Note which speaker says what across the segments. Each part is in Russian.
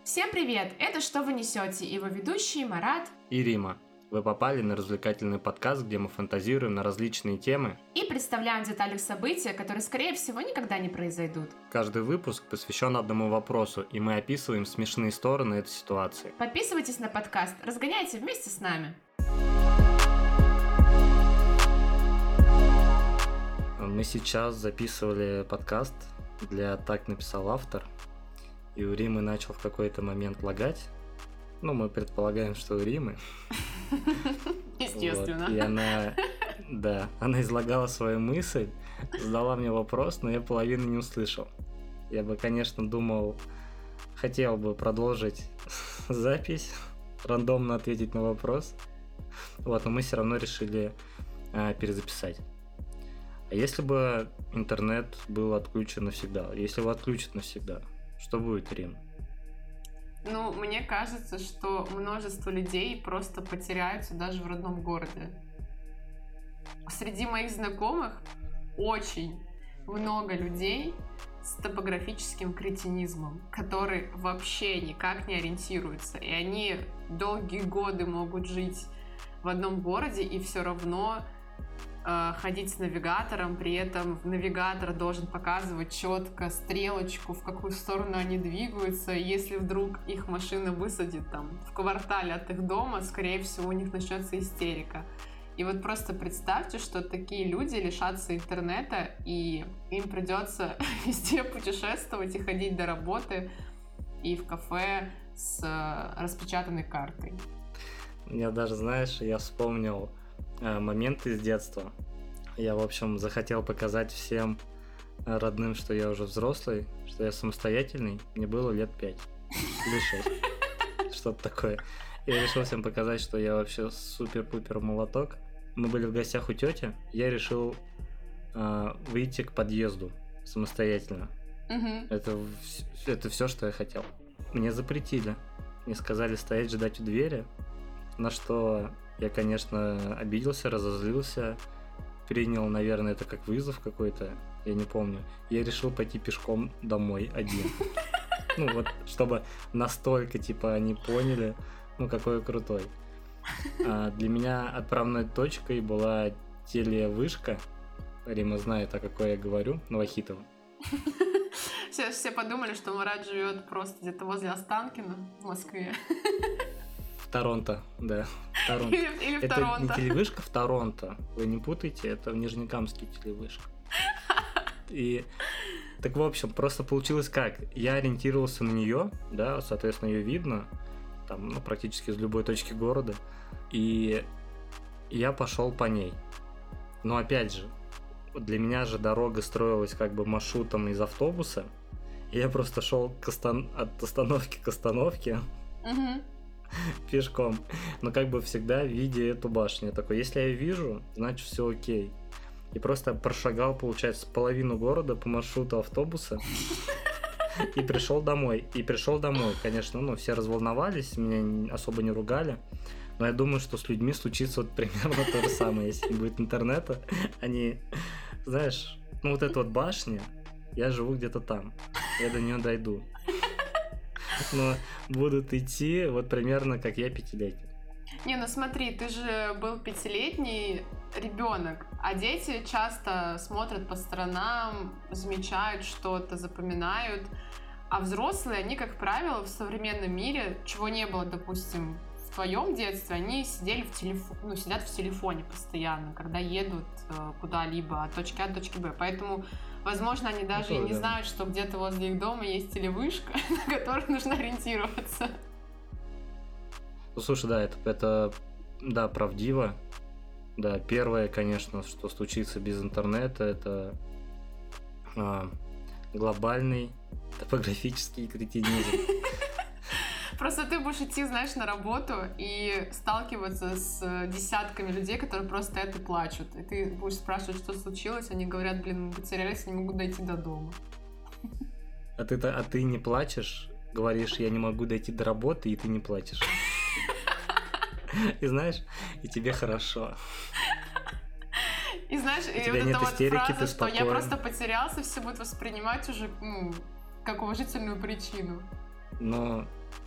Speaker 1: Всем привет! Это «Что вы несете?» Его ведущие Марат
Speaker 2: и Рима. Вы попали на развлекательный подкаст, где мы фантазируем на различные темы
Speaker 1: и представляем детали события, которые, скорее всего, никогда не произойдут.
Speaker 2: Каждый выпуск посвящен одному вопросу, и мы описываем смешные стороны этой ситуации.
Speaker 1: Подписывайтесь на подкаст, разгоняйте вместе с нами.
Speaker 2: Мы сейчас записывали подкаст для «Так написал автор», и у Римы начал в какой-то момент лагать. Ну, мы предполагаем, что у Римы.
Speaker 1: Естественно.
Speaker 2: Вот. И она излагала свою мысль, задала мне вопрос, но я половину не услышал. Я бы, конечно, хотел бы продолжить запись, рандомно ответить на вопрос. Вот, но мы все равно решили перезаписать. А если бы интернет был отключен навсегда? Если его отключат навсегда, что будет, Рим?
Speaker 1: Ну, мне кажется, что множество людей просто потеряются даже в родном городе. Среди моих знакомых очень много людей с топографическим кретинизмом, которые вообще никак не ориентируются. И они долгие годы могут жить в одном городе и все равно ходить с навигатором, при этом навигатор должен показывать четко стрелочку, в какую сторону они двигаются. И если вдруг их машина высадит там в квартале от их дома, скорее всего, у них начнется истерика. И вот просто представьте, что такие люди лишатся интернета, и им придется везде путешествовать и ходить до работы и в кафе с распечатанной картой.
Speaker 2: Я даже, знаешь, я вспомнил моменты из детства. Я, в общем, захотел показать всем родным, что я уже взрослый, что я самостоятельный. Мне было лет 5 или 6. Что-то такое. Я решил всем показать, что я вообще супер-пупер молоток. Мы были в гостях у тети. Я решил выйти к подъезду самостоятельно. Это все, что я хотел. Мне запретили. Мне сказали стоять, ждать у двери. На что я, конечно, обиделся, разозлился, принял, наверное, это как вызов какой-то, я не помню. Я решил пойти пешком домой один. Ну вот, чтобы настолько, они поняли, какой я крутой. Для меня отправной точкой была телевышка. Рима знает, о какой я говорю, Новохитово.
Speaker 1: Все подумали, что Марат живет просто где-то возле Останкино в Москве.
Speaker 2: Торонто, да. Торонто.
Speaker 1: Или в
Speaker 2: это
Speaker 1: Торонто.
Speaker 2: Не телевышка в Торонто. Вы не путайте, это в Нижнекамске телевышка. И так, в общем, просто получилось как? Я ориентировался на нее, да, соответственно, ее видно, там, практически из любой точки города. И я пошел по ней. Но опять же, для меня же дорога строилась как бы маршрутом из автобуса. И я просто шел от остановки к остановке. Пешком, но как бы всегда видя эту башню. Я такой, если я ее вижу, значит все окей. И просто прошагал, получается, половину города по маршруту автобуса и пришел домой. Конечно, все разволновались, меня особо не ругали. Но я думаю, что с людьми случится вот примерно то же самое. Если не будет интернета, они, знаешь, вот эта вот башня, я живу где-то там, я до нее дойду. Но будут идти вот примерно как я 5-летний.
Speaker 1: Не, ну смотри, ты же был 5-летний ребенок, а дети часто смотрят по сторонам, замечают что-то, запоминают, а взрослые, они, как правило, в современном мире, чего не было, допустим, в твоем детстве, они сидят в телефоне постоянно, когда едут куда-либо от точки А до точки Б, поэтому... Возможно, они даже и не знают, что где-то возле их дома есть телевышка, на которой нужно ориентироваться.
Speaker 2: Ну, слушай, да, это правдиво. Да, первое, конечно, что случится без интернета, это глобальный топографический кретинизм.
Speaker 1: Просто ты будешь идти, знаешь, на работу и сталкиваться с десятками людей, которые просто стоят и плачут. И ты будешь спрашивать, что случилось, они говорят, мы потерялись, не могу дойти до дома.
Speaker 2: А ты не плачешь, говоришь, я не могу дойти до работы, и ты не плачешь. И знаешь, и тебе хорошо.
Speaker 1: И знаешь, и вот эта вот фраза, что я просто потерялся, все будут воспринимать уже как уважительную причину.
Speaker 2: Но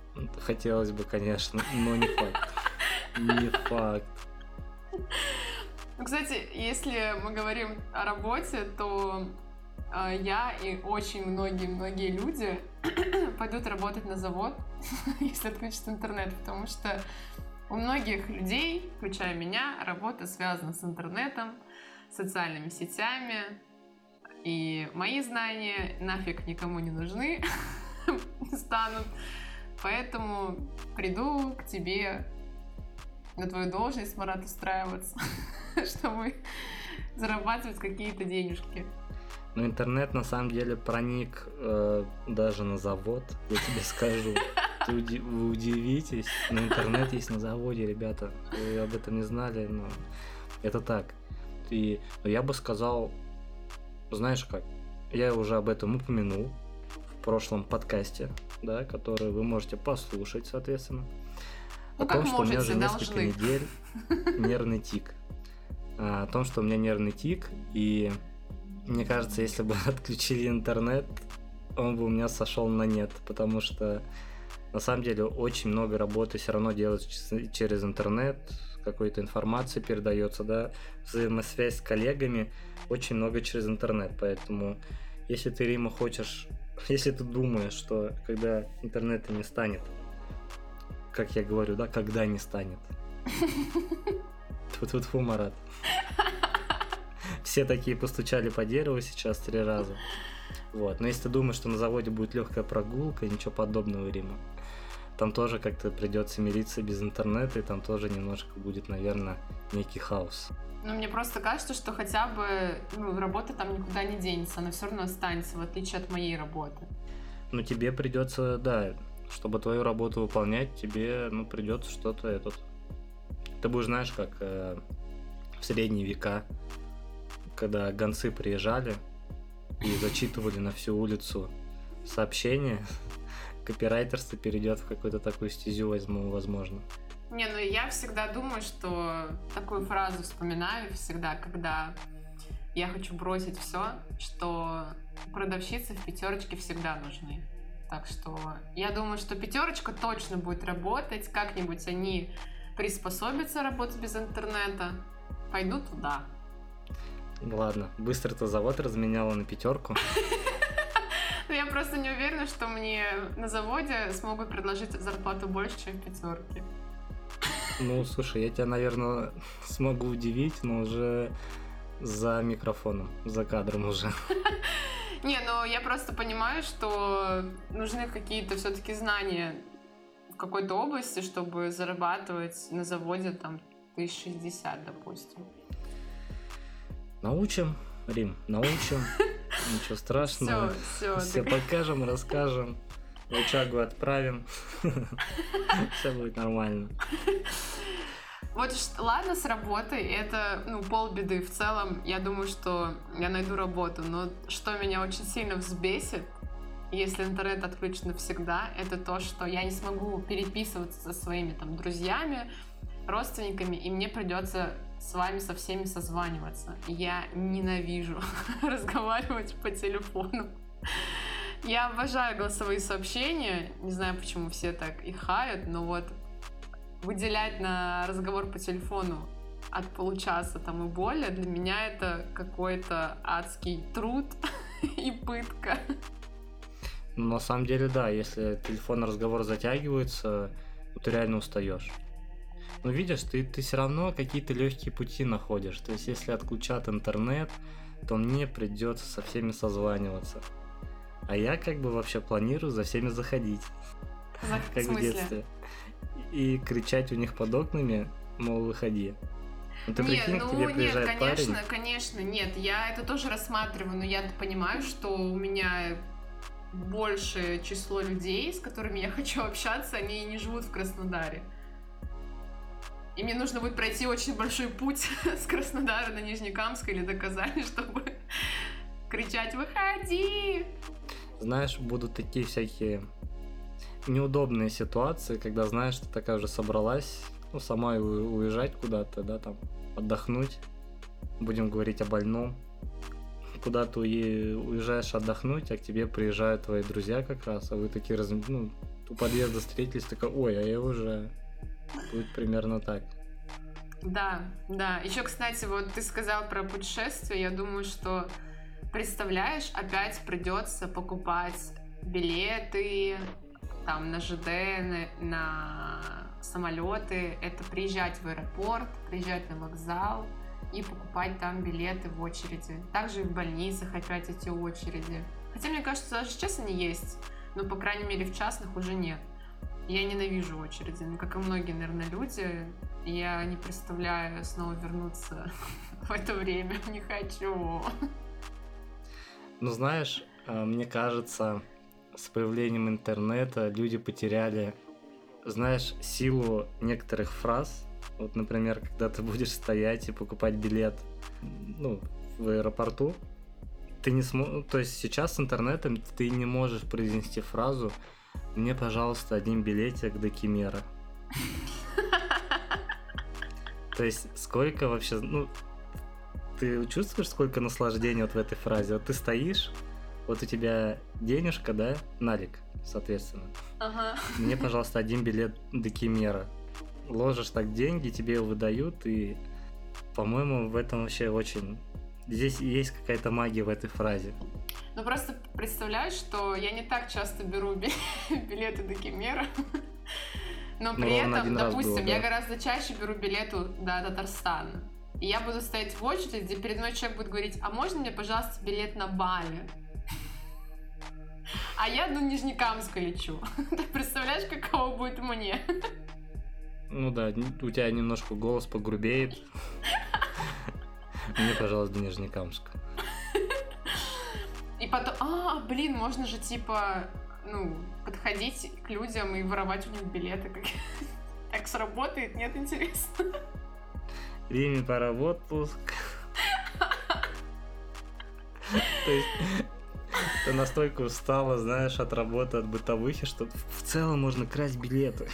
Speaker 2: Хотелось бы, конечно, но не факт. Не факт.
Speaker 1: Ну, кстати, если мы говорим о работе, то я и очень многие люди пойдут работать на завод, если отключат интернет, потому что у многих людей, включая меня, работа связана с интернетом, социальными сетями, и мои знания нафиг никому не нужны станут. Поэтому приду к тебе на твою должность, Марат, устраиваться, чтобы зарабатывать какие-то денежки.
Speaker 2: Но интернет на самом деле проник даже на завод, я тебе скажу. Вы удивитесь, но интернет есть на заводе, ребята. Вы об этом не знали, но это так. Но я бы сказал, знаешь как, я уже об этом упомянул в прошлом подкасте, да, который вы можете послушать, соответственно.
Speaker 1: Ну,
Speaker 2: о том, что
Speaker 1: можете,
Speaker 2: у меня уже несколько
Speaker 1: должны.
Speaker 2: недель нервный тик. О том, что у меня нервный тик, и мне кажется, если бы отключили интернет, он бы у меня сошел на нет, потому что на самом деле очень много работы все равно делается через интернет, какой-то информации передается, да, взаимосвязь с коллегами, очень много через интернет, поэтому если ты, Рима, хочешь, если ты думаешь, что когда интернета не станет, как я говорю, да, когда не станет. Тьфу-тьфу-тьфу, Марат. Все такие постучали по дереву сейчас 3 раза. Вот. Но если ты думаешь, что на заводе будет легкая прогулка, ничего подобного, Рима. Там тоже как-то придется мириться без интернета, и там тоже немножко будет, наверное, некий хаос.
Speaker 1: Ну, мне просто кажется, что хотя бы работа там никуда не денется, она все равно останется, в отличие от моей работы.
Speaker 2: Ну, тебе придется, да, чтобы твою работу выполнять, тебе, придется что-то Ты будешь, знаешь, как в средние века, когда гонцы приезжали и зачитывали на всю улицу сообщения, копирайтерство перейдет в какую-то такую стезю, возможно.
Speaker 1: Не, я всегда думаю, что такую фразу вспоминаю всегда, когда я хочу бросить все, что продавщицы в пятерочке всегда нужны. Так что я думаю, что пятерочка точно будет работать, как-нибудь они приспособятся работать без интернета, пойду туда.
Speaker 2: Ладно, быстро ты завод разменяла на 5.
Speaker 1: Я просто не уверена, что мне на заводе смогут предложить зарплату больше, чем в 5.
Speaker 2: Ну, слушай, я тебя, наверное, смогу удивить, но уже за микрофоном, за кадром уже.
Speaker 1: Не, я просто понимаю, что нужны какие-то все-таки знания в какой-то области, чтобы зарабатывать на заводе там 1060, допустим.
Speaker 2: Научим, Рим, научим. Ничего страшного. Все покажем, расскажем. В общагу отправим. Все будет нормально.
Speaker 1: Вот ладно, с работой, это полбеды. В целом, я думаю, что я найду работу. Но что меня очень сильно взбесит, если интернет отключен навсегда, это то, что я не смогу переписываться со своими друзьями, родственниками, и мне придется с вами со всеми созваниваться. Я ненавижу разговаривать по телефону. Я обожаю голосовые сообщения. Не знаю, почему все так их хают, но выделять на разговор по телефону от получаса и более, для меня это какой-то адский труд и пытка.
Speaker 2: На самом деле, да, если телефонный разговор затягивается, ты реально устаешь. Но видишь, ты все равно какие-то легкие пути находишь. То есть, если отключат интернет, то мне придется со всеми созваниваться. А я вообще планирую за всеми заходить.
Speaker 1: Как в
Speaker 2: детстве. И кричать у них под окнами, мол, выходи. Ты прикинь, к тебе приезжает парень.
Speaker 1: Конечно, нет, я это тоже рассматриваю, но я понимаю, что у меня большее число людей, с которыми я хочу общаться, они не живут в Краснодаре. И мне нужно будет пройти очень большой путь с Краснодара на Нижнекамск или до Казани, чтобы кричать «Выходи!».
Speaker 2: Знаешь, будут такие всякие неудобные ситуации, когда, знаешь, ты такая уже собралась, сама уезжать куда-то, да, отдохнуть. Будем говорить о больном. Куда ты уезжаешь отдохнуть, а к тебе приезжают твои друзья как раз, а вы такие у подъезда встретились, такая, ой, а я уже... Будет примерно так.
Speaker 1: Да, да. Еще, кстати, вот ты сказал про путешествия. Я думаю, что, представляешь, опять придется покупать билеты там на ЖД, на самолеты. Это приезжать в аэропорт, приезжать на вокзал и покупать там билеты в очереди. Также и в больницах опять эти очереди. Хотя, мне кажется, даже сейчас они есть, но, по крайней мере, в частных уже нет. Я ненавижу очереди, как и многие, наверное, люди. Я не представляю снова вернуться в это время. Не хочу.
Speaker 2: Ну, знаешь, мне кажется, с появлением интернета люди потеряли, знаешь, силу некоторых фраз. Вот, например, когда ты будешь стоять и покупать билет, ну, в аэропорту, ты не сможешь... То есть сейчас с интернетом ты не можешь произнести фразу «Мне, пожалуйста, один билетик до Кемера». То есть сколько вообще... Ну, ты чувствуешь, сколько наслаждения вот в этой фразе? Вот ты стоишь, вот у тебя денежка, да, налик, соответственно.
Speaker 1: Ага.
Speaker 2: Мне, пожалуйста, один билет до Кемера. Ложишь так деньги, тебе его выдают, и, по-моему, в этом вообще очень... Здесь есть какая-то магия в этой фразе.
Speaker 1: Ну, просто представляешь, что я не так часто беру билеты до Кемера, но при этом, допустим, я гораздо чаще беру билеты до Татарстана. И я буду стоять в очереди, где перед мной человек будет говорить: а можно мне, пожалуйста, билет на Бали? А я до Нижнекамска лечу. Ты представляешь, каково будет мне?
Speaker 2: Ну да, у тебя немножко голос погрубеет. Мне, пожалуйста, до Нижнекамска.
Speaker 1: И потом, можно же, типа, подходить к людям и воровать у них билеты. Так сработает? Нет, интересно.
Speaker 2: Риме, пора в отпуск. То есть ты настолько устала, знаешь, от работы, от бытовухи, что в целом можно красть билеты.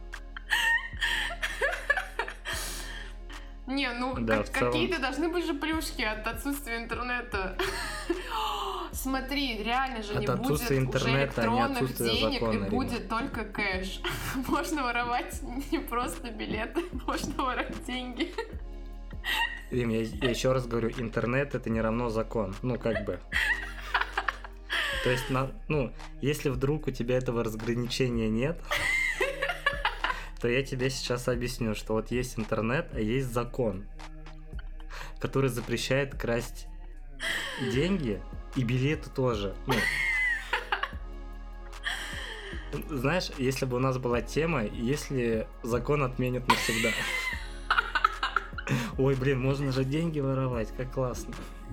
Speaker 1: Не,
Speaker 2: да,
Speaker 1: какие-то должны быть же плюшки от отсутствия интернета. Смотри, реально же
Speaker 2: от
Speaker 1: не будет уже электронных денег,
Speaker 2: закона,
Speaker 1: и будет только кэш. Можно воровать не просто билеты, можно воровать деньги.
Speaker 2: Рим, я еще раз говорю, интернет это не равно закон. Ну, как бы. То есть, если вдруг у тебя этого разграничения нет, то я тебе сейчас объясню, что вот есть интернет, а есть закон, который запрещает красть деньги и билеты тоже. Знаешь, если бы у нас была тема, если закон отменят навсегда. Ой, блин, можно же деньги воровать, как классно.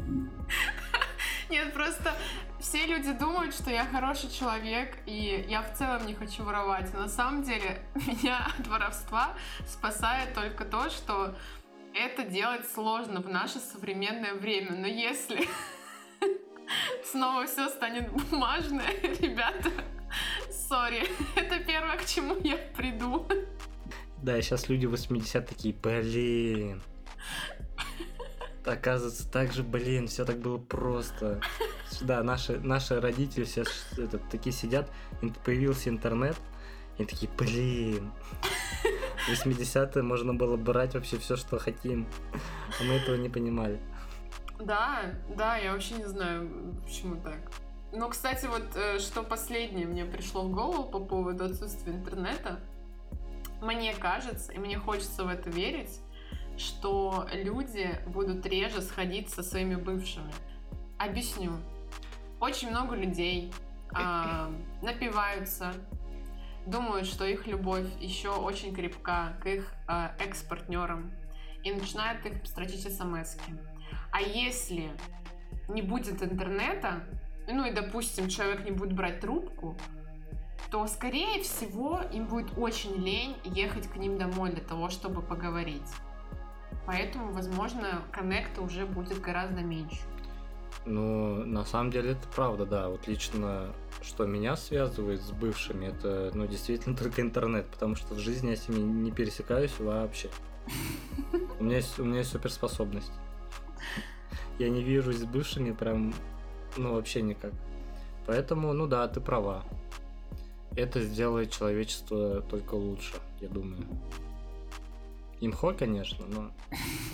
Speaker 1: Нет, просто все люди думают, что я хороший человек, и я в целом не хочу воровать. Но на самом деле меня от воровства спасает только то, что это делать сложно в наше современное время. Но если снова все станет бумажное, ребята, сори, это первое, к чему я приду.
Speaker 2: Да, сейчас люди 80 такие, блин. Оказывается, так же, блин, все так было просто. Да, наши родители все такие сидят, появился интернет, и такие, блин. В 80-е можно было брать вообще все, что хотим. А мы этого не понимали.
Speaker 1: Да, я вообще не знаю, почему так. Но, кстати, вот что последнее мне пришло в голову по поводу отсутствия интернета. Мне кажется, и мне хочется в это верить, что люди будут реже сходиться со своими бывшими. Объясню. Очень много людей напиваются, думают, что их любовь еще очень крепка к их экс-партнерам и начинают их строчить смс-ки. А если не будет интернета, и, допустим, человек не будет брать трубку, то, скорее всего, им будет очень лень ехать к ним домой для того, чтобы поговорить. Поэтому, возможно, коннекта уже будет гораздо меньше.
Speaker 2: На самом деле это правда, да. Вот лично, что меня связывает с бывшими, это, действительно только интернет, потому что в жизни я с ними не пересекаюсь вообще. У меня есть суперспособность. Я не вижусь с бывшими прям, вообще никак. Поэтому, да, ты права. это сделает человечество только лучше, я думаю. Имхо, конечно, но